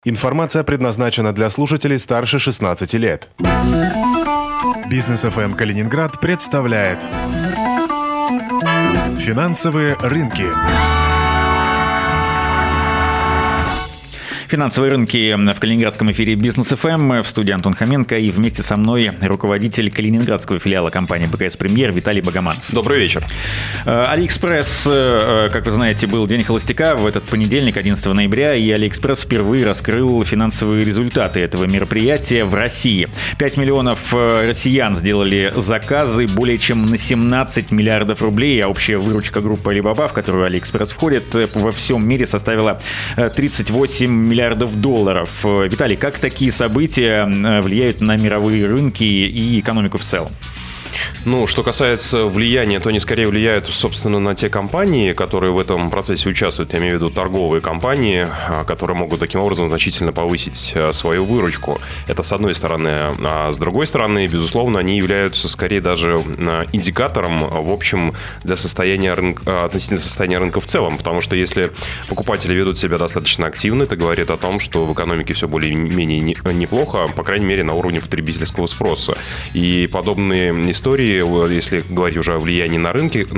Информация предназначена для слушателей старше 16 лет. Бизнес ФМ Калининград представляет финансовые рынки. Финансовые рынки в калининградском эфире Бизнес ФМ. В студии Антон Хоменко и вместе со мной руководитель калининградского филиала компании БКС Премьер Виталий Богоманов. Добрый вечер. Алиэкспресс, как вы знаете, был День холостяка в этот понедельник, 11 ноября, и Алиэкспресс впервые раскрыл финансовые результаты этого мероприятия в России. 5 миллионов россиян сделали заказы более чем на 17 миллиардов рублей, а общая выручка группы Alibaba, в которую Алиэкспресс входит, во всем мире составила 38 миллиардов долларов. Виталий, как такие события влияют на мировые рынки и экономику в целом? Что касается влияния, то они скорее влияют, собственно, на те компании, которые в этом процессе участвуют. Я имею в виду торговые компании, которые могут таким образом значительно повысить свою выручку. Это с одной стороны. А с другой стороны, безусловно, они являются скорее даже индикатором, в общем, для состояния рынка, относительно состояния рынка в целом. Потому что если покупатели ведут себя достаточно активно, это говорит о том, что в экономике все более-менее неплохо, по крайней мере, на уровне потребительского спроса. И подобные истории, если говорить уже о влиянии на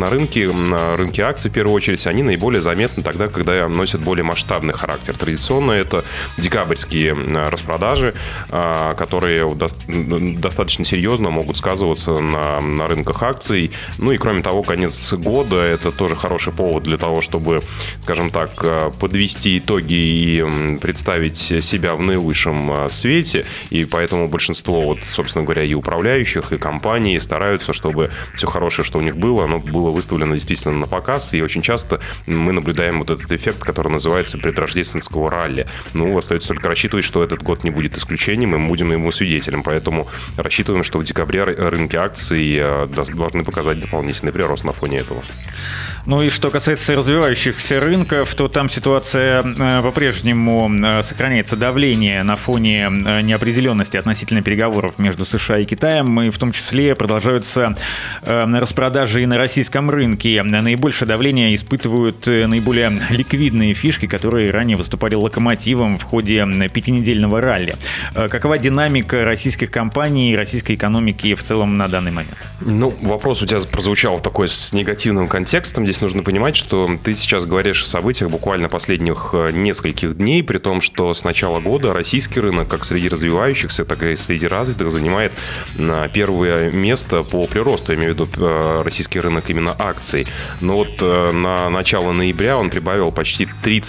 рынки акций в первую очередь, они наиболее заметны тогда, когда носят более масштабный характер. Традиционно это декабрьские распродажи, которые достаточно серьезно могут сказываться на рынках акций. И кроме того, конец года – это тоже хороший повод для того, чтобы, скажем так, подвести итоги и представить себя в наилучшем свете. И поэтому большинство, собственно говоря, и управляющих, и компаний стараются, чтобы все хорошее, что у них было, оно было выставлено действительно на показ. И очень часто мы наблюдаем вот этот эффект, который называется предрождественского ралли. Остается только рассчитывать, что этот год не будет исключением, и мы будем ему свидетелем. Поэтому рассчитываем, что в декабре рынки акций должны показать дополнительный прирост на фоне этого. И что касается развивающихся рынков, то там ситуация по-прежнему сохраняется давление на фоне неопределенности относительно переговоров между США и Китаем, и в том числе продолжаются распродажи и на российском рынке. Наибольшее давление испытывают наиболее ликвидные фишки, которые ранее выступали локомотивом в ходе пятинедельного ралли. Какова динамика российских компаний и российской экономики в целом на данный момент? Вопрос у тебя прозвучал такой с негативным контекстом. Здесь нужно понимать, что ты сейчас говоришь о событиях буквально последних нескольких дней, при том, что с начала года российский рынок, как среди развивающихся, так и среди развитых, занимает первое место по приросту. Я имею в виду российский рынок именно акций. Но на начало ноября он прибавил почти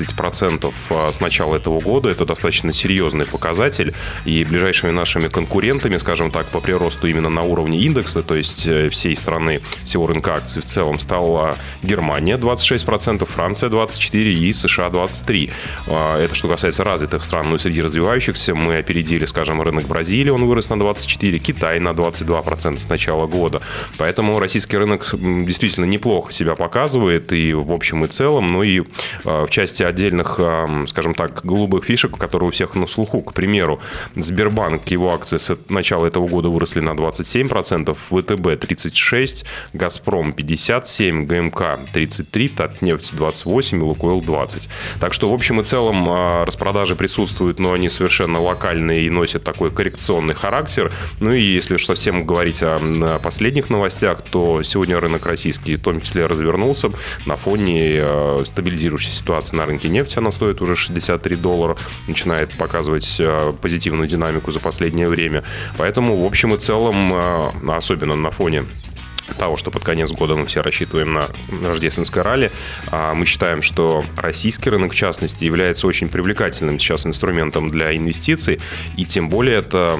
30% с начала этого года. Это достаточно серьезный показатель. И ближайшими нашими конкурентами, скажем так, по приросту именно на уровне индекса, то есть всей страны, всего рынка акций в целом, стала Германия 26%, Франция 24% и США 23%. Это что касается развитых стран. Среди развивающихся мы опередили, скажем, рынок Бразилии, он вырос на 24%, Китай на 22% с начала года. Поэтому российский рынок действительно неплохо себя показывает и в общем и целом, и в части отдельных, скажем так, голубых фишек, которые у всех на слуху. К примеру, Сбербанк, его акции с начала этого года выросли на 27%, ВТБ 36%, Газпром 57%, ГМК 33%, Татнефть 28% и Лукойл 20%. Так что, в общем и целом, распродажи присутствуют, но они совершенно локальные и носят такой коррекционный характер. И если совсем говорить о последних новостях, то сегодня рынок российский в том числе развернулся на фоне стабилизирующей ситуации на рынке нефти. Она стоит уже $63, начинает показывать позитивную динамику за последнее время. Поэтому, в общем и целом, особенно на фоне того, что под конец года мы все рассчитываем на рождественское ралли, мы считаем, что российский рынок, в частности, является очень привлекательным сейчас инструментом для инвестиций, и тем более это,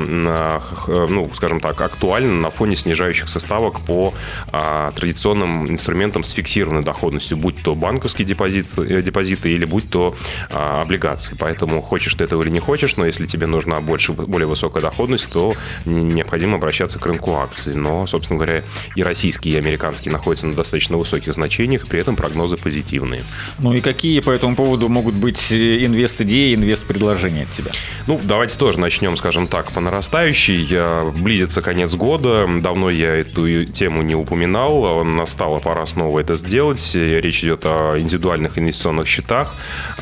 скажем так, актуально на фоне снижающихся ставок по традиционным инструментам с фиксированной доходностью, будь то банковские депозиты или будь то облигации. Поэтому хочешь ты этого или не хочешь, но если тебе нужна более высокая доходность, то необходимо обращаться к рынку акций. Но, собственно говоря, и российские и американские находятся на достаточно высоких значениях, при этом прогнозы позитивные. Ну и какие по этому поводу могут быть инвест-идеи, инвест-предложения от тебя? Ну, давайте тоже начнем, скажем так, по нарастающей. Близится конец года. Давно я эту тему не упоминал. Настала пора снова это сделать. Речь идет о индивидуальных инвестиционных счетах.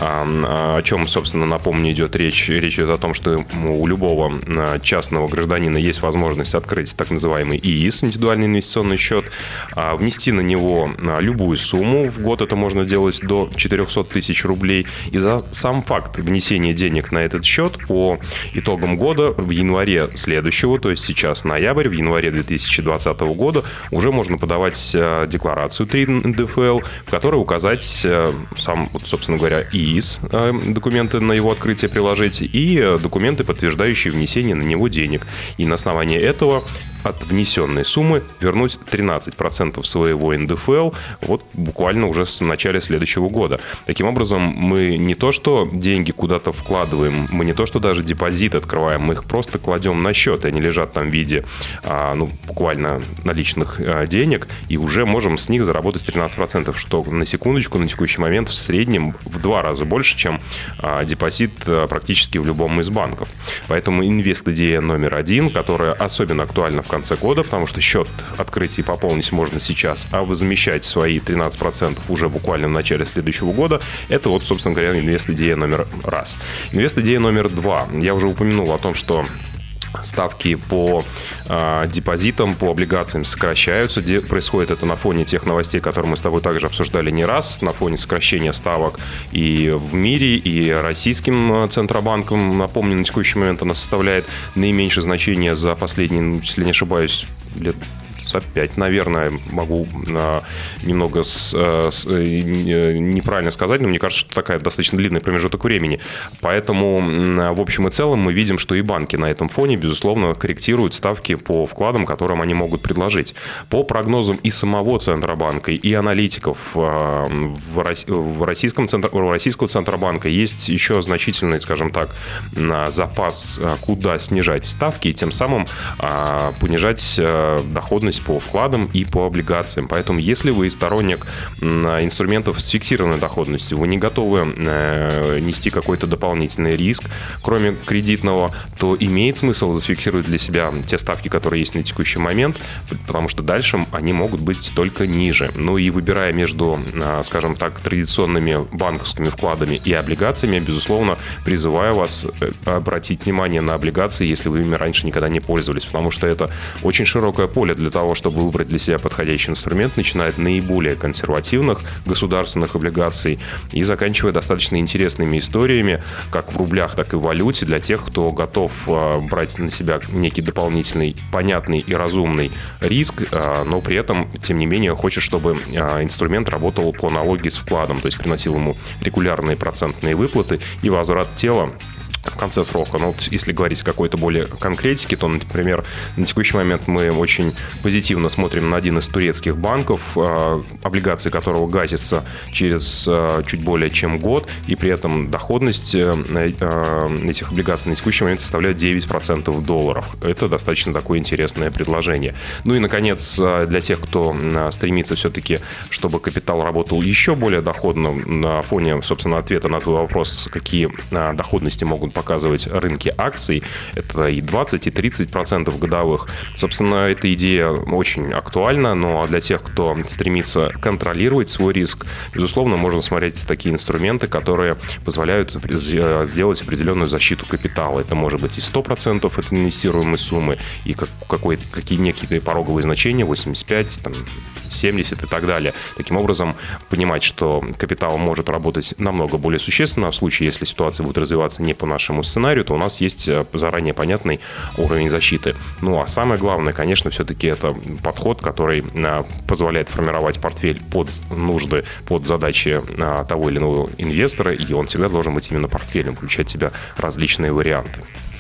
О чем, собственно, напомню, идет речь. Речь идет о том, что у любого частного гражданина есть возможность открыть так называемый ИИС, индивидуальный инвестиционный счет, внести на него любую сумму. В год это можно делать до 400 тысяч рублей. И за сам факт внесения денег на этот счет по итогам года в январе следующего, то есть сейчас ноябрь, в январе 2020 года уже можно подавать декларацию 3 НДФЛ, в которой указать сам, собственно говоря, ИИС, документы на его открытие приложить, и документы, подтверждающие внесение на него денег. И на основании этого от внесенной суммы вернуть 13% своего НДФЛ вот буквально уже с начала следующего года. Таким образом, мы не то что деньги куда-то вкладываем, мы не то что даже депозит открываем, мы их просто кладем на счет, и они лежат там в виде буквально наличных денег, и уже можем с них заработать 13%, что на секундочку, на текущий момент в среднем в 2 раза больше, чем депозит практически в любом из банков. Поэтому инвест-идея номер 1, которая особенно актуальна в конце года, потому что счет открыть и пополнить можно сейчас, а возмещать свои 13% уже буквально в начале следующего года, это вот, собственно говоря, инвест-идея номер 1. Инвест-идея номер 2. Я уже упомянул о том, что ставки по депозитам, по облигациям сокращаются. Происходит это на фоне тех новостей, которые мы с тобой также обсуждали не раз, на фоне сокращения ставок и в мире, и российским Центробанком. Напомню, на текущий момент она составляет наименьшее значение за последние, если не ошибаюсь, лет за 5, наверное, могу немного неправильно сказать, но мне кажется, что такая достаточно длинный промежуток времени. Поэтому, в общем и целом, мы видим, что и банки на этом фоне, безусловно, корректируют ставки по вкладам, которым они могут предложить. По прогнозам и самого Центробанка, и аналитиков российского Центробанка есть еще значительный, скажем так, запас, куда снижать ставки и тем самым понижать доходность по вкладам и по облигациям. Поэтому, если вы сторонник инструментов с фиксированной доходностью, вы не готовы нести какой-то дополнительный риск, кроме кредитного, то имеет смысл зафиксировать для себя те ставки, которые есть на текущий момент, потому что дальше они могут быть только ниже. Ну и выбирая между, скажем так, традиционными банковскими вкладами и облигациями, безусловно, призываю вас обратить внимание на облигации, если вы ими раньше никогда не пользовались, потому что это очень широкое поле для того, чтобы выбрать для себя подходящий инструмент, начиная от наиболее консервативных государственных облигаций и заканчивая достаточно интересными историями, как в рублях, так и в валюте, для тех, кто готов брать на себя некий дополнительный, понятный и разумный риск, но при этом, тем не менее, хочет, чтобы инструмент работал по аналогии с вкладом, то есть приносил ему регулярные процентные выплаты и возврат тела в конце срока. Но вот если говорить о какой-то более конкретике, то, например, на текущий момент мы очень позитивно смотрим на один из турецких банков, облигации которого гасятся через чуть более чем год, и при этом доходность этих облигаций на текущий момент составляет 9% в долларах. Это достаточно такое интересное предложение. Ну и, наконец, для тех, кто стремится все-таки, чтобы капитал работал еще более доходно, на фоне, собственно, ответа на твой вопрос, какие доходности могут показывать рынки акций, это и 20, и 30% годовых. Собственно, эта идея очень актуальна, но для тех, кто стремится контролировать свой риск, безусловно, можно смотреть такие инструменты, которые позволяют сделать определенную защиту капитала. Это может быть и 100% от инвестируемой суммы, и какие некие пороговые значения, 85, там, 70 и так далее. Таким образом, понимать, что капитал может работать намного более существенно, в случае, если ситуация будет развиваться не по нашему сценарию, то у нас есть заранее понятный уровень защиты. Ну, а самое главное, конечно, все-таки это подход, который позволяет формировать портфель под нужды, под задачи того или иного инвестора, и он всегда должен быть именно портфелем, включать в себя различные варианты.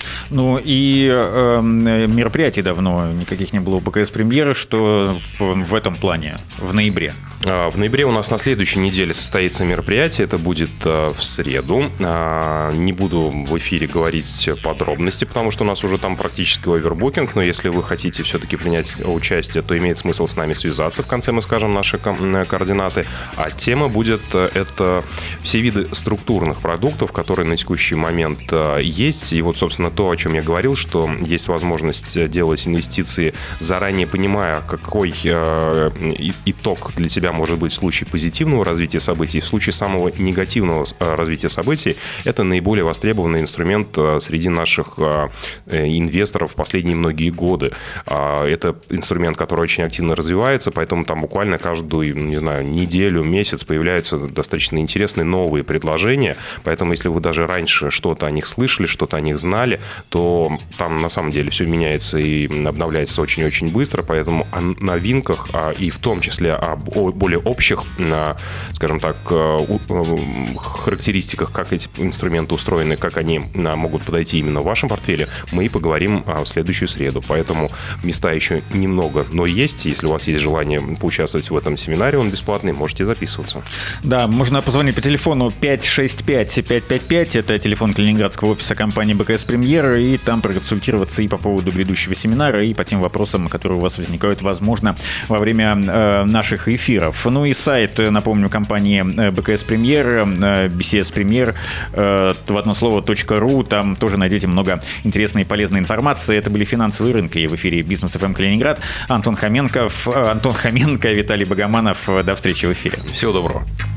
Ну и мероприятий давно никаких не было у БКС премьеры, что в этом плане, в ноябре. В ноябре у нас на следующей неделе состоится мероприятие, это будет в среду. Не буду в эфире говорить подробности, потому что у нас уже там практически овербукинг, но если вы хотите все-таки принять участие, то имеет смысл с нами связаться. В конце мы скажем наши координаты. А тема будет это все виды структурных продуктов, которые на текущий момент есть. И вот, собственно, то, о чем я говорил, что есть возможность делать инвестиции, заранее понимая, какой итог для тебя может быть в случае позитивного развития событий, в случае самого негативного развития событий. Это наиболее востребованный инструмент среди наших инвесторов в последние многие годы. Это инструмент, который очень активно развивается, поэтому там буквально каждую, не знаю, неделю, месяц появляются достаточно интересные новые предложения. Поэтому если вы даже раньше что-то о них слышали, что-то о них знали, то там на самом деле все меняется и обновляется очень-очень быстро. Поэтому о новинках, и в том числе о более общих, скажем так, характеристиках, как эти инструменты устроены, как они могут подойти именно в вашем портфеле, мы и поговорим в следующую среду. Поэтому места еще немного, но есть. Если у вас есть желание поучаствовать в этом семинаре, он бесплатный, можете записываться. Да, можно позвонить по телефону 565-555, это телефон калининградского офиса компании БКС Премьер, и там проконсультироваться и по поводу грядущего семинара, и по тем вопросам, которые у вас возникают, возможно, во время наших эфиров. Ну и сайт, напомню, компании БКС Премьер, BCS Премьер, в одно слово .ру, там тоже найдете много интересной и полезной информации. Это были финансовые рынки, и в эфире Бизнес ФМ Калининград. Антон Хоменко, Виталий Богоманов. До встречи в эфире. Всего доброго.